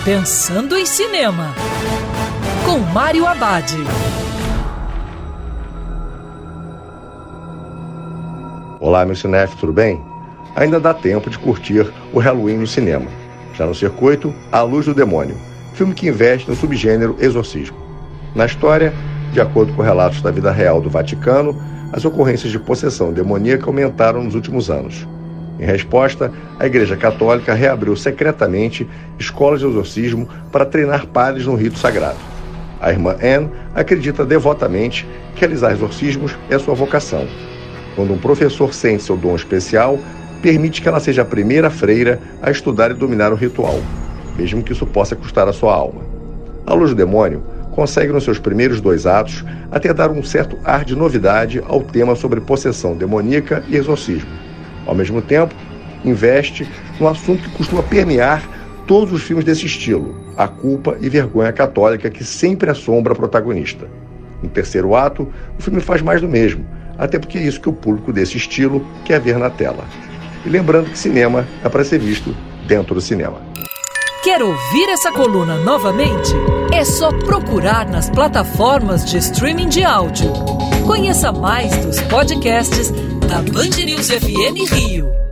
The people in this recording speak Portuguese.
Pensando em Cinema, com Mário Abad. Olá, meu cinéfilo, tudo bem? Ainda dá tempo de curtir o Halloween no cinema. Já no circuito, A Luz do Demônio, filme que investe no subgênero exorcismo. Na história, de acordo com relatos da vida real do Vaticano, as ocorrências de possessão demoníaca aumentaram nos últimos anos. Em resposta, a Igreja Católica reabriu secretamente escolas de exorcismo para treinar padres no rito sagrado. A irmã Anne acredita devotamente que realizar exorcismos é sua vocação. Quando um professor sente seu dom especial, permite que ela seja a primeira freira a estudar e dominar o ritual, mesmo que isso possa custar a sua alma. A Luz do Demônio consegue, nos seus primeiros 2 atos, até dar um certo ar de novidade ao tema sobre possessão demoníaca e exorcismo. Ao mesmo tempo, investe no assunto que costuma permear todos os filmes desse estilo, a culpa e vergonha católica que sempre assombra a protagonista. No terceiro ato, o filme faz mais do mesmo, até porque é isso que o público desse estilo quer ver na tela. E lembrando que cinema é para ser visto dentro do cinema. Quer ouvir essa coluna novamente? É só procurar nas plataformas de streaming de áudio. Conheça mais dos podcasts da Band News FM Rio.